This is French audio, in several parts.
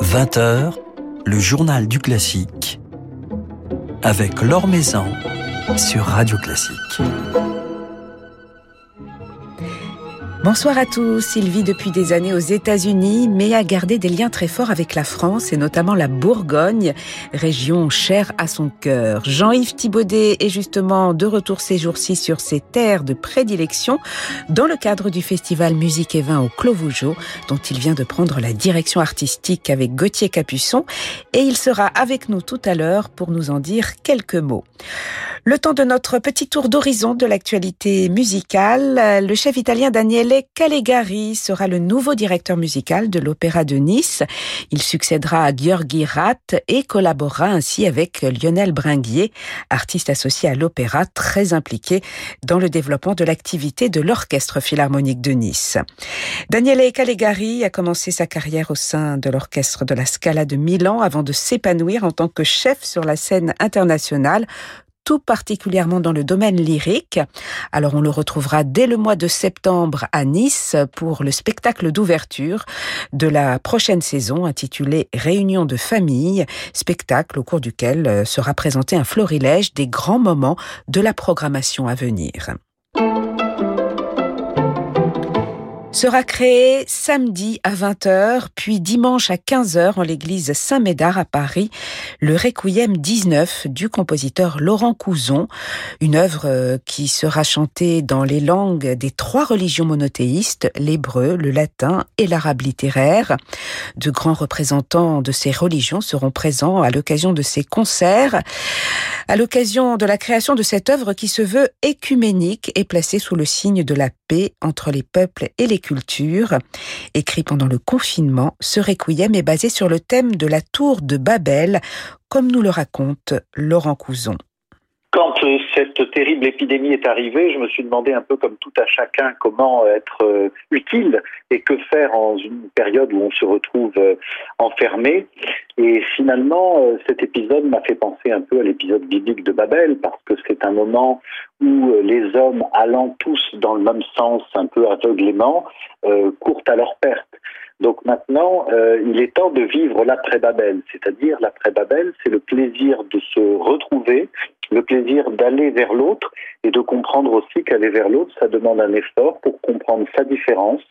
20h, le journal du classique avec Laure Maison sur Radio Classique. Bonsoir à tous. Il vit depuis des années aux États-Unis, mais a gardé des liens très forts avec la France et notamment la Bourgogne, région chère à son cœur. Jean-Yves Thibaudet est justement de retour ces jours-ci sur ses terres de prédilection dans le cadre du festival Musique et Vin au Clos Vougeot, dont il vient de prendre la direction artistique avec Gauthier Capuçon, et il sera avec nous tout à l'heure pour nous en dire quelques mots. Le temps de notre petit tour d'horizon de l'actualité musicale, le chef italien Daniele Calegari sera le nouveau directeur musical de l'Opéra de Nice. Il succédera à György Rath et collaborera ainsi avec Lionel Bringuier, artiste associé à l'opéra très impliqué dans le développement de l'activité de l'Orchestre Philharmonique de Nice. Daniele Calegari a commencé sa carrière au sein de l'Orchestre de la Scala de Milan avant de s'épanouir en tant que chef sur la scène internationale, tout particulièrement dans le domaine lyrique. Alors on le retrouvera dès le mois de septembre à Nice pour le spectacle d'ouverture de la prochaine saison intitulé Réunion de famille, spectacle au cours duquel sera présenté un florilège des grands moments de la programmation à venir. Sera créé samedi à 20h, puis dimanche à 15h en l'église Saint-Médard à Paris, le Requiem 19 du compositeur Laurent Couzon, une œuvre qui sera chantée dans les langues des 3 religions monothéistes, l'hébreu, le latin et l'arabe littéraire. De grands représentants de ces religions seront présents à l'occasion de ces concerts, à l'occasion de la création de cette œuvre qui se veut écuménique et placée sous le signe de la paix entre les peuples et les cultures. Écrit pendant le confinement, ce requiem est basé sur le thème de la tour de Babel, comme nous le raconte Laurent Couzon. Quand cette terrible épidémie est arrivée, je me suis demandé un peu comme tout à chacun comment être utile et que faire en une période où on se retrouve enfermé. Et finalement, cet épisode m'a fait penser un peu à l'épisode biblique de Babel, parce que c'est un moment où les hommes, allant tous dans le même sens, un peu aveuglément, courent à leur perte. Donc maintenant, il est temps de vivre l'après-Babel, c'est-à-dire l'après-Babel, c'est le plaisir de se retrouver, le plaisir d'aller vers l'autre et de comprendre aussi qu'aller vers l'autre, ça demande un effort pour comprendre sa différence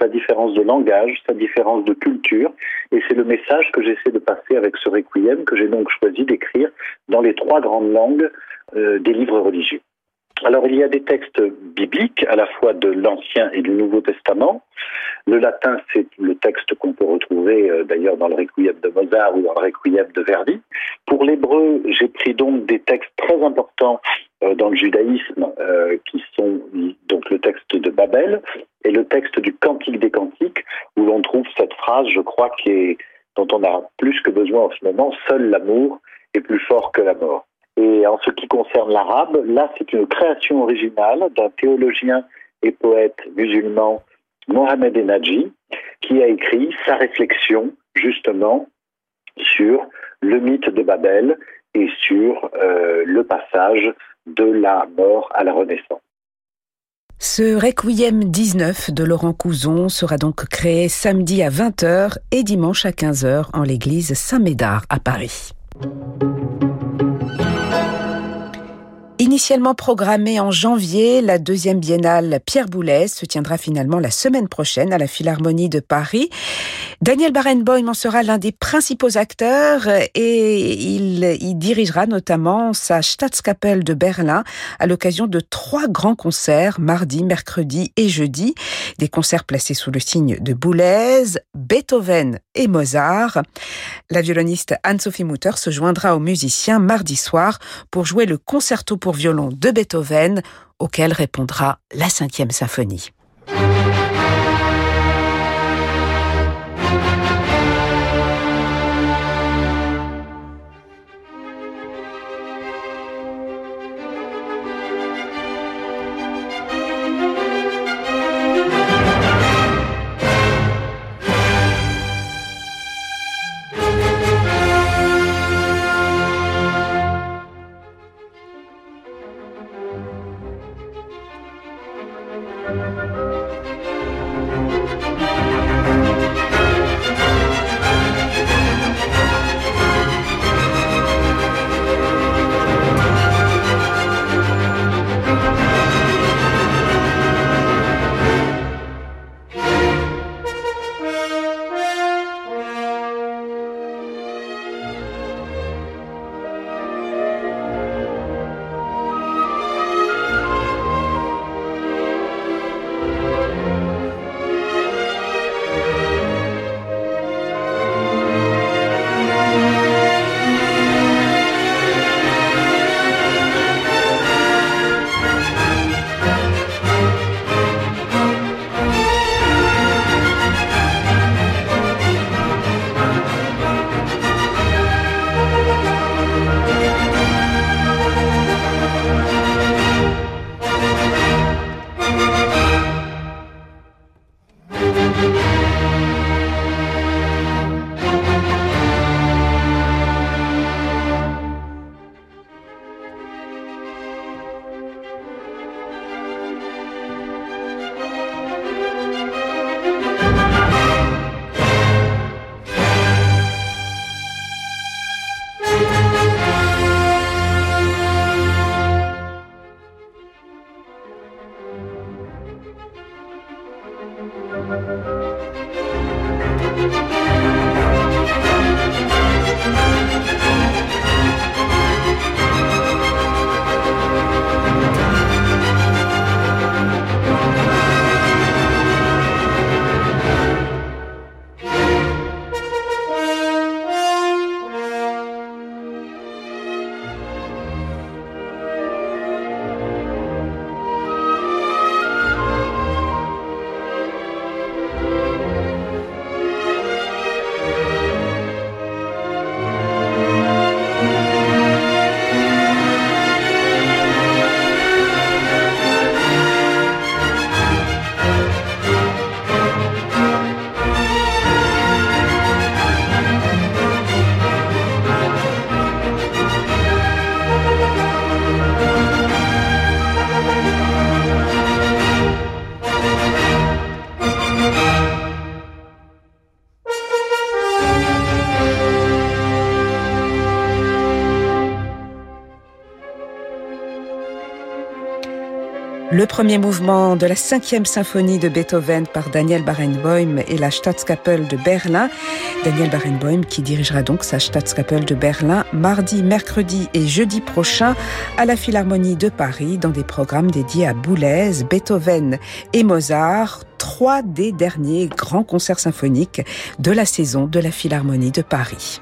de langage, sa différence de culture. Et c'est le message que j'essaie de passer avec ce requiem que j'ai donc choisi d'écrire dans les 3 grandes langues des livres religieux. Alors il y a des textes bibliques, à la fois de l'Ancien et du Nouveau Testament. Le latin, c'est le texte qu'on peut retrouver d'ailleurs dans le Requiem de Mozart ou dans le Requiem de Verdi. Pour l'hébreu, j'ai pris donc des textes très importants dans le judaïsme, qui sont donc le texte de Babel et le texte du Cantique des Cantiques, où l'on trouve cette phrase, je crois, dont on a plus que besoin en ce moment, « Seul l'amour est plus fort que la mort ». Et en ce qui concerne l'arabe, là, c'est une création originale d'un théologien et poète musulman, Mohamed Enadji, qui a écrit sa réflexion, justement, sur le mythe de Babel et sur le passage de la mort à la renaissance. Ce Requiem 19 de Laurent Couzon sera donc créé samedi à 20h et dimanche à 15h en l'église Saint-Médard à Paris. Initialement programmée en janvier, la 2e biennale Pierre Boulez se tiendra finalement la semaine prochaine à la Philharmonie de Paris. Daniel Barenboim en sera l'un des principaux acteurs et il y dirigera notamment sa Staatskapelle de Berlin à l'occasion de 3 grands concerts, mardi, mercredi et jeudi. Des concerts placés sous le signe de Boulez, Beethoven et Mozart. La violoniste Anne-Sophie Mutter se joindra aux musiciens mardi soir pour jouer le concerto pour violon de Beethoven, auquel répondra la 5e symphonie. Le premier mouvement de la 5e symphonie de Beethoven par Daniel Barenboim et la Staatskapelle de Berlin. Daniel Barenboim qui dirigera donc sa Staatskapelle de Berlin mardi, mercredi et jeudi prochain à la Philharmonie de Paris dans des programmes dédiés à Boulez, Beethoven et Mozart, 3 des derniers grands concerts symphoniques de la saison de la Philharmonie de Paris.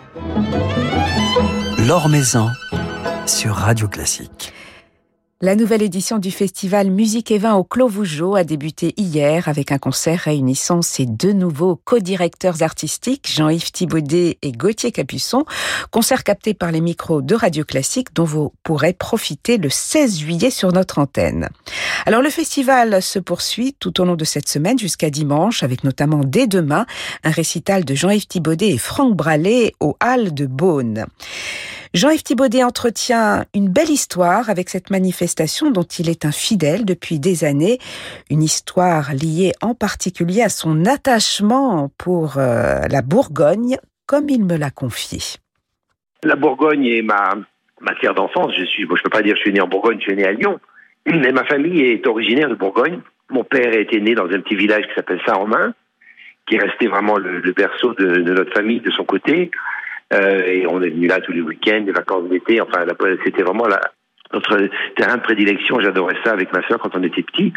Laure Maison sur Radio Classique. La nouvelle édition du festival Musique et Vin au Clos Vougeot a débuté hier avec un concert réunissant ses 2 nouveaux co-directeurs artistiques, Jean-Yves Thibaudet et Gauthier Capuçon. Concert capté par les micros de Radio Classique dont vous pourrez profiter le 16 juillet sur notre antenne. Alors le festival se poursuit tout au long de cette semaine jusqu'à dimanche avec notamment dès demain un récital de Jean-Yves Thibaudet et Franck Bralé aux Halles de Beaune. Jean-Yves Thibaudet entretient une belle histoire avec cette manifestation dont il est un fidèle depuis des années. Une histoire liée en particulier à son attachement pour la Bourgogne, comme il me l'a confié. La Bourgogne est ma terre d'enfance. Je peux pas dire que je suis né en Bourgogne, je suis né à Lyon. Mais ma famille est originaire de Bourgogne. Mon père était né dans un petit village qui s'appelle Saint-Romain, qui est resté vraiment le berceau de notre famille, de son côté. Et on est venu là tous les week-ends, les vacances d'été. Enfin, c'était vraiment notre terrain de prédilection. J'adorais ça avec ma sœur quand on était petits.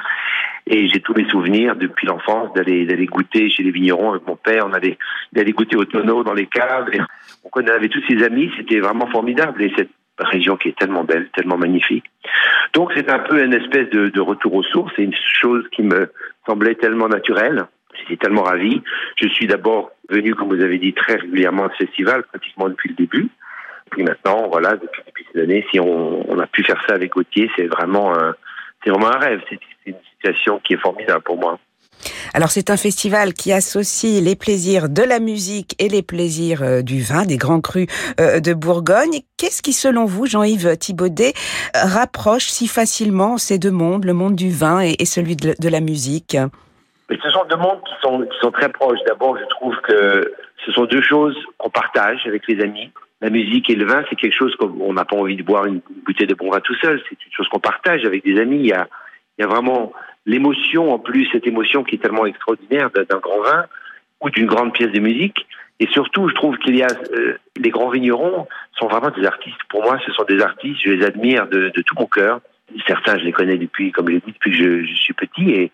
Et j'ai tous mes souvenirs depuis l'enfance d'aller goûter chez les vignerons avec mon père. D'aller goûter au tonneau dans les caves. Et on avait tous ses amis. C'était vraiment formidable. Et cette région qui est tellement belle, tellement magnifique. Donc c'est un peu une espèce de retour aux sources. C'est une chose qui me semblait tellement naturelle. J'étais tellement ravi. Je suis d'abord venu, comme vous avez dit, très régulièrement à ce festival, pratiquement depuis le début. Puis maintenant, voilà, depuis ces années, si on a pu faire ça avec Gauthier, c'est vraiment un rêve. C'est une situation qui est formidable pour moi. Alors c'est un festival qui associe les plaisirs de la musique et les plaisirs du vin, des grands crus de Bourgogne. Qu'est-ce qui, selon vous, Jean-Yves Thibaudet, rapproche si facilement ces 2 mondes, le monde du vin et celui de la musique ? Mais ce sont 2 mondes qui sont très proches. D'abord, je trouve que ce sont 2 choses qu'on partage avec les amis. La musique et le vin, c'est quelque chose qu'on n'a pas envie de boire une bouteille de bon vin tout seul. C'est une chose qu'on partage avec des amis. Il y a vraiment l'émotion, en plus, cette émotion qui est tellement extraordinaire d'un grand vin ou d'une grande pièce de musique. Et surtout, je trouve qu'il y a les grands vignerons sont vraiment des artistes. Pour moi, ce sont des artistes. Je les admire de tout mon cœur. Certains, je les connais depuis, comme je l'ai dit, depuis que je suis petit.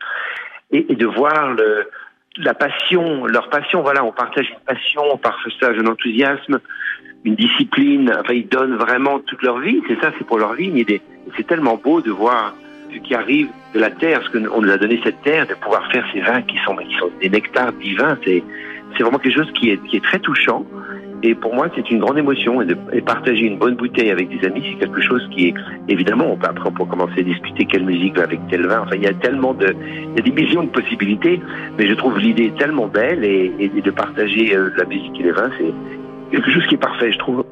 Et de voir leur passion, voilà, on partage une passion, on partage un enthousiasme, une discipline, enfin, ils donnent vraiment toute leur vie, c'est pour leur vie, et c'est tellement beau de voir ce qui arrive de la terre, ce qu'on nous a donné cette terre, de pouvoir faire ces vins qui sont des nectars divins, c'est vraiment quelque chose qui est très touchant. Et pour moi, c'est une grande émotion. Et partager une bonne bouteille avec des amis, c'est quelque chose qui est... Évidemment, après, on peut commencer à discuter quelle musique va avec tel vin. Enfin, il y a des millions de possibilités. Mais je trouve l'idée tellement belle. Et de partager la musique et les vins, c'est quelque chose qui est parfait, je trouve.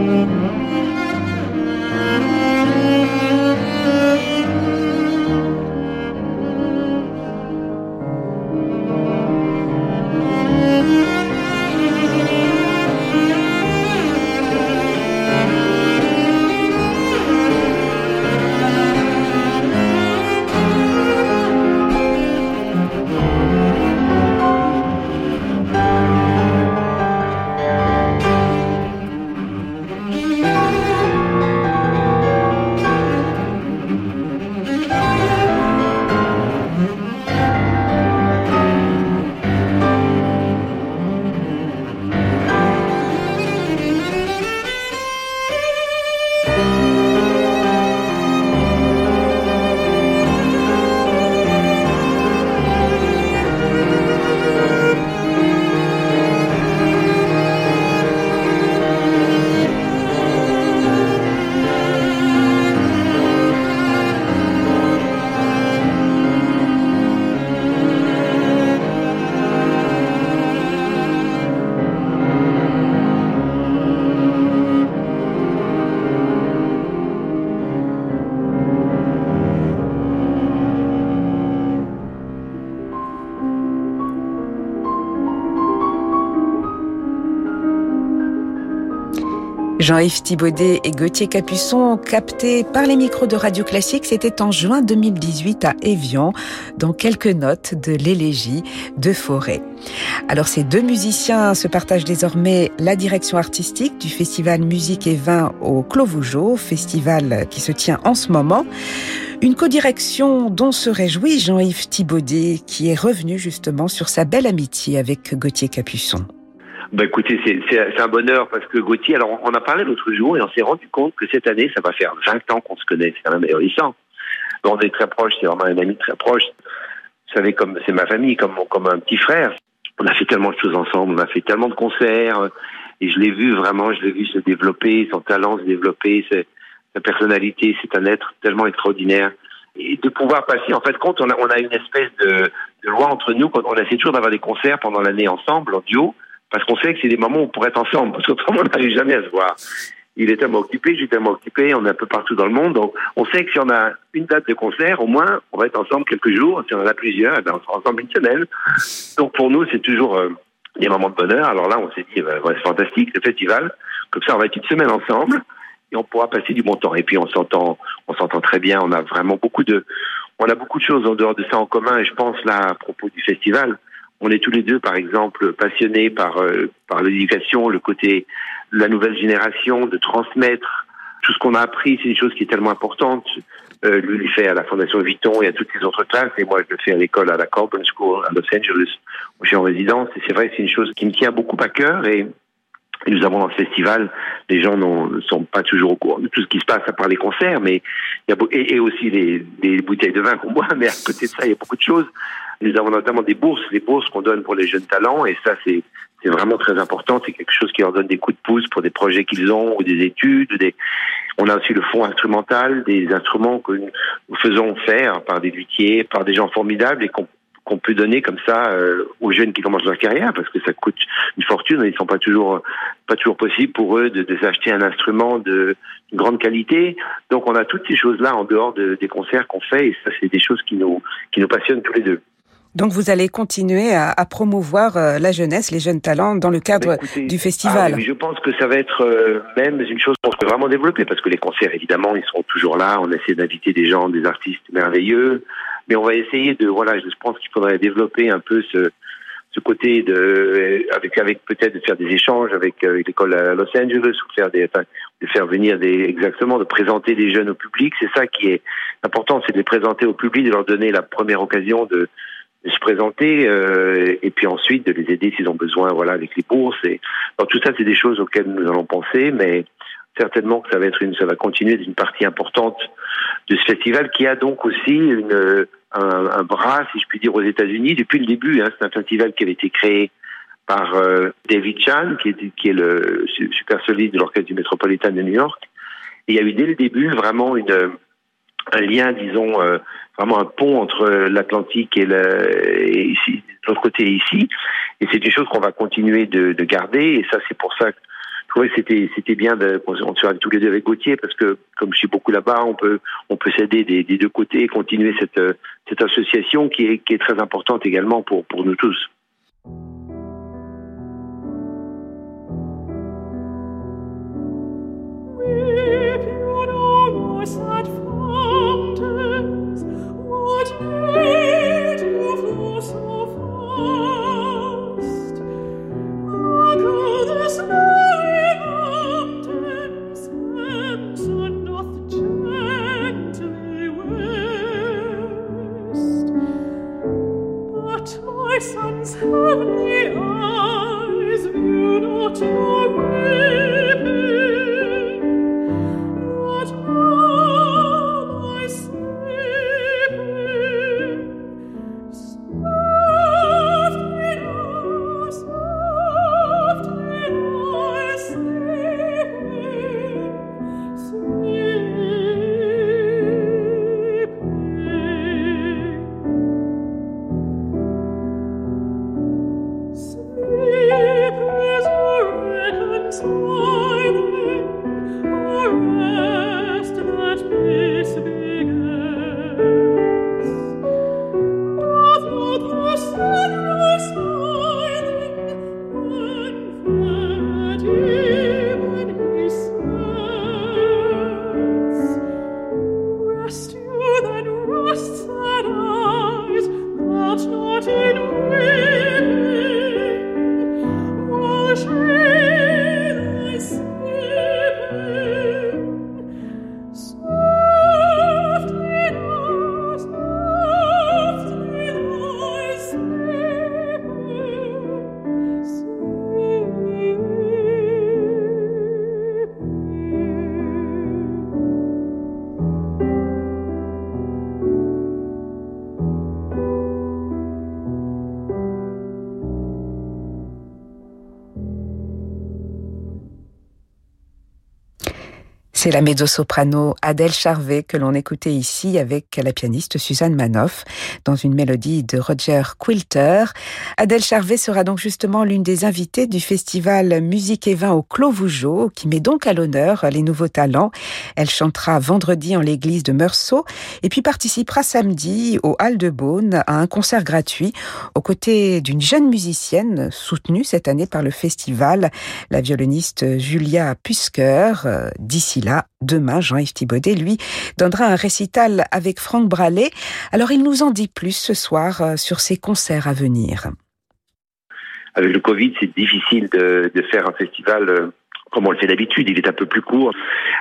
Jean-Yves Thibaudet et Gauthier Capuçon, captés par les micros de Radio Classique, c'était en juin 2018 à Évian, dans quelques notes de l'élégie de Fauré. Alors ces deux musiciens se partagent désormais la direction artistique du festival Musique et Vin au Clos Vougeot, festival qui se tient en ce moment. Une codirection dont se réjouit Jean-Yves Thibaudet, qui est revenu justement sur sa belle amitié avec Gauthier Capuçon. Écoutez, c'est un bonheur parce que Gauthier, alors on a parlé l'autre jour et on s'est rendu compte que cette année, ça va faire 20 ans qu'on se connaît. C'est quand même ahurissant. On est très proches, c'est vraiment un ami très proche. Vous savez, comme c'est ma famille, comme un petit frère. On a fait tellement de choses ensemble, on a fait tellement de concerts et je l'ai vu se développer, son talent se développer, sa personnalité. C'est un être tellement extraordinaire. Et de pouvoir passer, en fait, compte, on a une espèce de loi entre nous. On essaie toujours d'avoir des concerts pendant l'année ensemble, en duo. Parce qu'on sait que c'est des moments où on pourrait être ensemble, parce qu'autrement on n'arrive jamais à se voir. Il est tellement occupé, je suis tellement occupé, on est un peu partout dans le monde, donc on sait que si on a une date de concert, au moins, on va être ensemble quelques jours. Si on en a plusieurs, on sera ensemble une semaine. Donc pour nous, c'est toujours des moments de bonheur. Alors là, on s'est dit, c'est fantastique, le festival. Comme ça, on va être une semaine ensemble et on pourra passer du bon temps. Et puis on s'entend très bien. On a vraiment beaucoup de choses en dehors de ça en commun. Et je pense là, à propos du festival, on est tous les deux, par exemple, passionnés par l'éducation, le côté de la nouvelle génération, de transmettre tout ce qu'on a appris. C'est une chose qui est tellement importante. Lui, il le fait à la Fondation Vuitton et à toutes les autres classes, et moi, je le fais à l'école, à la Corbin School, à Los Angeles, où je suis en résidence. Et c'est vrai que c'est une chose qui me tient beaucoup à cœur. Et nous avons dans ce festival, les gens ne sont pas toujours au courant de tout ce qui se passe à part les concerts, mais il y a et aussi les bouteilles de vin qu'on boit. Mais à côté de ça, il y a beaucoup de choses. Nous avons notamment des bourses qu'on donne pour les jeunes talents, et ça, c'est vraiment très important. C'est quelque chose qui leur donne des coups de pouce pour des projets qu'ils ont, ou des études, On a aussi le fonds instrumental, des instruments que nous faisons faire par des luthiers, par des gens formidables, et qu'on peut donner comme ça aux jeunes qui commencent leur carrière, parce que ça coûte une fortune, et ils sont pas toujours possible pour eux de s'acheter un instrument de grande qualité. Donc on a toutes ces choses-là en dehors des concerts qu'on fait, et ça, c'est des choses qui nous passionnent tous les deux. Donc vous allez continuer à promouvoir la jeunesse, les jeunes talents dans le cadre du festival. Oui, je pense que ça va être même une chose qu'on peut vraiment développer, parce que les concerts, évidemment, ils seront toujours là. On essaie d'inviter des gens, des artistes merveilleux, mais on va essayer je pense qu'il faudrait développer un peu ce côté avec peut-être de faire des échanges avec l'école à Los Angeles, ou de faire venir de présenter des jeunes au public. C'est ça qui est important, c'est de les présenter au public, de leur donner la première occasion de se présenter, et puis ensuite de les aider s'ils ont besoin, avec les bourses. Donc tout ça, c'est des choses auxquelles nous allons penser, mais certainement que ça va continuer d'être une partie importante de ce festival, qui a donc aussi un bras, si je puis dire, aux États-Unis depuis le début. C'est un festival qui avait été créé par David Chan, qui est le super soliste de l'orchestre du Metropolitan de New York. Et il y a eu dès le début vraiment un lien, disons, vraiment un pont entre l'Atlantique et ici, de l'autre côté ici. Et c'est une chose qu'on va continuer de garder. Et ça, c'est pour ça que trouvais que c'était bien qu'on soit tous les deux avec Gauthier, parce que comme je suis beaucoup là-bas, on peut s'aider des deux côtés et continuer cette association qui est très importante également pour nous tous. Sons heavenly eyes view not your weeping, but now my sleeping. Softly now, softly now, sleeping, sleeping. Sleep is a reconciling, a rest that peace begets. Doth not the sunrise smiling when when he sets? Rest you then, rest sad eyes, that not in C'est la mezzo-soprano Adèle Charvet que l'on écoutait ici avec la pianiste Suzanne Manoff dans une mélodie de Roger Quilter. Adèle Charvet sera donc justement l'une des invitées du festival Musique et Vin au Clos Vougeot qui met donc à l'honneur les nouveaux talents. Elle chantera vendredi en l'église de Meursault et puis participera samedi au Hall de Beaune à un concert gratuit aux côtés d'une jeune musicienne soutenue cette année par le festival, la violoniste Julia Pusker. D'ici là, demain, Jean-Yves Thibaudet, lui, donnera un récital avec Franck Bralé. Alors, il nous en dit plus ce soir sur ses concerts à venir. Avec le Covid, c'est difficile de faire un festival comme on le fait d'habitude. Il est un peu plus court.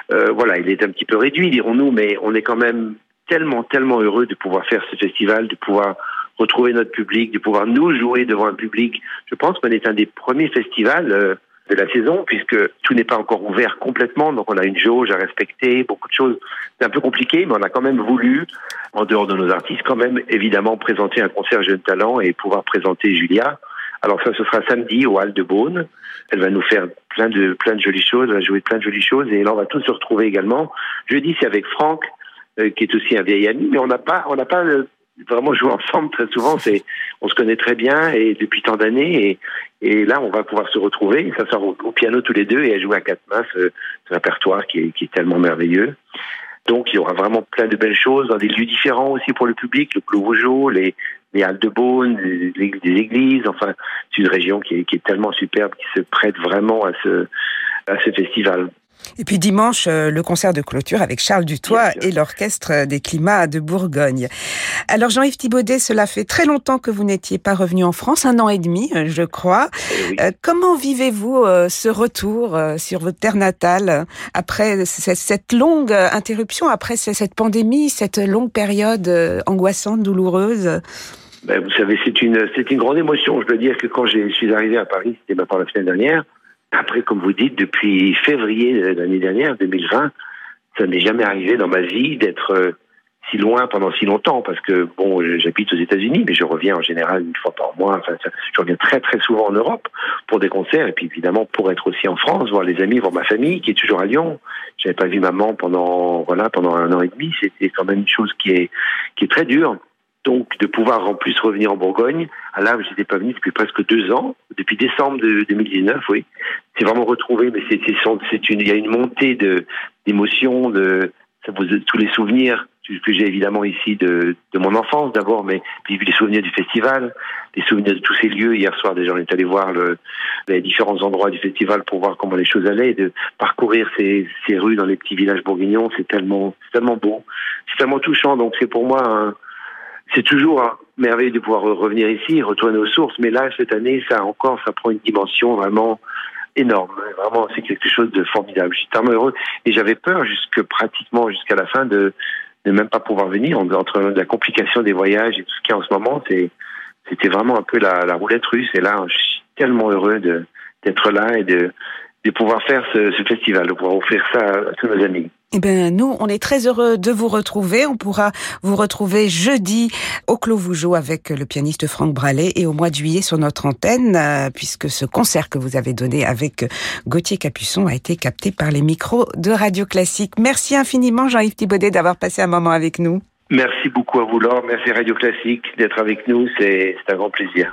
Il est un petit peu réduit, dirons-nous, mais on est quand même tellement heureux de pouvoir faire ce festival, de pouvoir retrouver notre public, de pouvoir nous jouer devant un public. Je pense qu'on est un des premiers festivals de la saison, puisque tout n'est pas encore ouvert complètement, donc on a une jauge à respecter, beaucoup de choses. C'est un peu compliqué, mais on a quand même voulu, en dehors de nos artistes, quand même, évidemment, présenter un concert Jeunes Talents et pouvoir présenter Julia. Alors ça, ce sera samedi au Hall de Beaune. Elle va nous faire plein de jolies choses, elle va jouer plein de jolies choses, et là, on va tous se retrouver également. Jeudi, c'est avec Franck, qui est aussi un vieil ami, mais on n'a pas vraiment joué ensemble très souvent. On se connaît très bien et depuis tant d'années, et là, on va pouvoir se retrouver, et ça sort au piano tous les deux, et à jouer à quatre mains ce répertoire qui est tellement merveilleux. Donc, il y aura vraiment plein de belles choses dans des lieux différents aussi pour le public, le Clos Vougeot, les Halles de Beaune, des églises. Enfin, c'est une région qui est tellement superbe, qui se prête vraiment à ce festival. Et puis dimanche, le concert de clôture avec Charles Dutoit et l'Orchestre des Climats de Bourgogne. Alors Jean-Yves Thibaudet, cela fait très longtemps que vous n'étiez pas revenu en France, 1 an et demi, je crois. Oui. Comment vivez-vous ce retour sur votre terre natale après cette longue interruption, après cette pandémie, cette longue période angoissante, douloureuse? Vous savez, c'est une grande émotion. Je dois dire que quand je suis arrivé à Paris, c'était maintenant la semaine dernière. Après, comme vous dites, depuis février de l'année dernière, 2020, ça n'est jamais arrivé dans ma vie d'être si loin pendant si longtemps, parce que, j'habite aux États-Unis, mais je reviens en général une fois par mois. Enfin, je reviens très, très souvent en Europe pour des concerts, et puis évidemment pour être aussi en France, voir les amis, voir ma famille, qui est toujours à Lyon. J'avais pas vu maman pendant 1 an et demi. C'était quand même une chose qui est très dure. Donc, de pouvoir en plus revenir en Bourgogne, là, j'étais pas venu depuis presque 2 ans, depuis décembre de 2019, oui. C'est vraiment retrouvé, mais il y a une montée d'émotions, tous les souvenirs que j'ai évidemment ici de mon enfance d'abord, mais puis les souvenirs du festival, les souvenirs de tous ces lieux. Hier soir, déjà, on est allé voir les différents endroits du festival pour voir comment les choses allaient, et de parcourir ces rues dans les petits villages bourguignons, c'est tellement beau, c'est tellement touchant. Donc c'est pour moi c'est toujours merveilleux de pouvoir revenir ici, retourner aux sources. Mais là, cette année, ça prend une dimension vraiment énorme. Vraiment, c'est quelque chose de formidable. Je suis tellement heureux. Et j'avais peur pratiquement jusqu'à la fin de même pas pouvoir venir. Entre la complication des voyages et tout ce qu'il y a en ce moment, c'était vraiment un peu la roulette russe. Et là, je suis tellement heureux d'être là et de pouvoir faire ce festival, de pouvoir offrir ça à tous nos amis. Eh bien, nous, on est très heureux de vous retrouver. On pourra vous retrouver jeudi au Clos Vougeot avec le pianiste Franck Braley et au mois de juillet sur notre antenne, puisque ce concert que vous avez donné avec Gauthier Capuçon a été capté par les micros de Radio Classique. Merci infiniment, Jean-Yves Thibaudet, d'avoir passé un moment avec nous. Merci beaucoup à vous, Laure. Merci Radio Classique d'être avec nous. C'est un grand plaisir.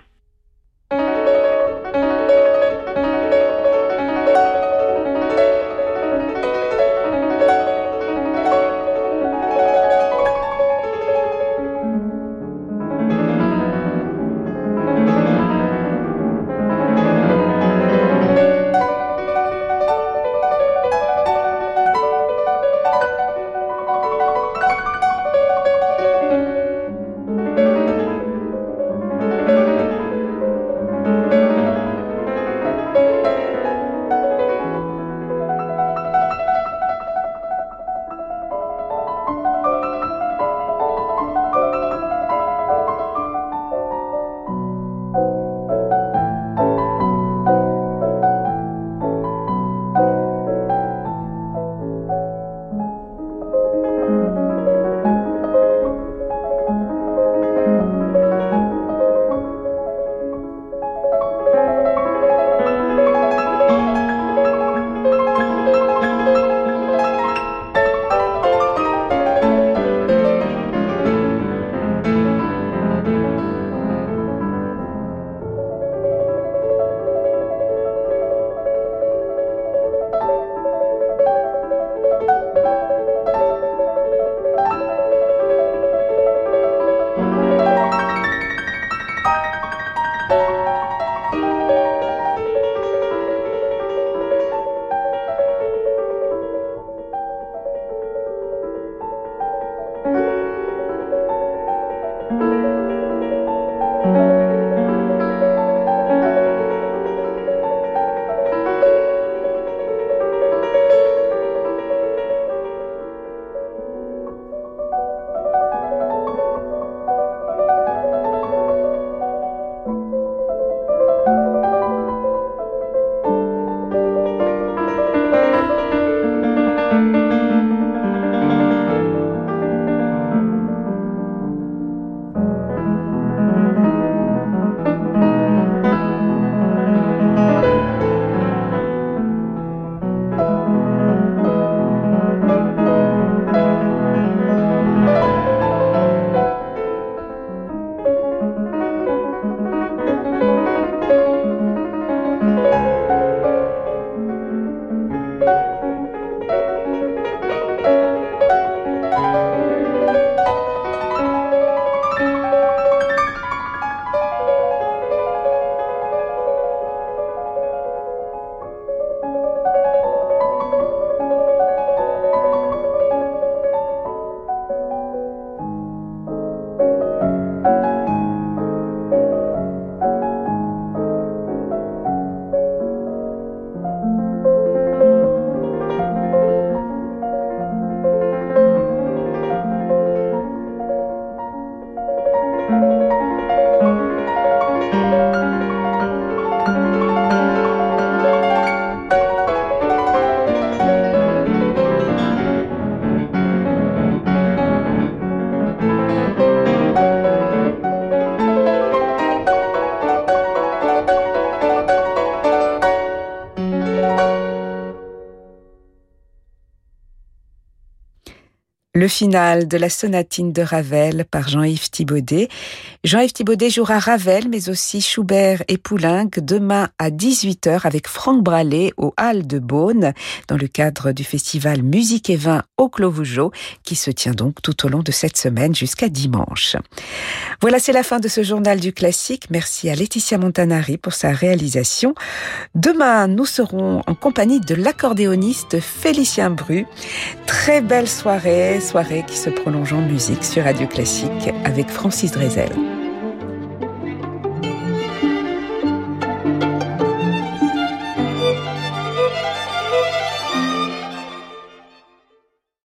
Le final de la sonatine de Ravel par Jean-Yves Thibaudet. Jean-Yves Thibaudet jouera Ravel, mais aussi Schubert et Poulenc demain à 18h avec Franck Bralé au Hall de Beaune, dans le cadre du festival Musique et Vin au Clos Vougeot, qui se tient donc tout au long de cette semaine jusqu'à dimanche. Voilà, c'est la fin de ce journal du classique. Merci à Laetitia Montanari pour sa réalisation. Demain, nous serons en compagnie de l'accordéoniste Félicien Bru. Très belle soirée qui se prolonge en musique sur Radio Classique avec Francis Drezel.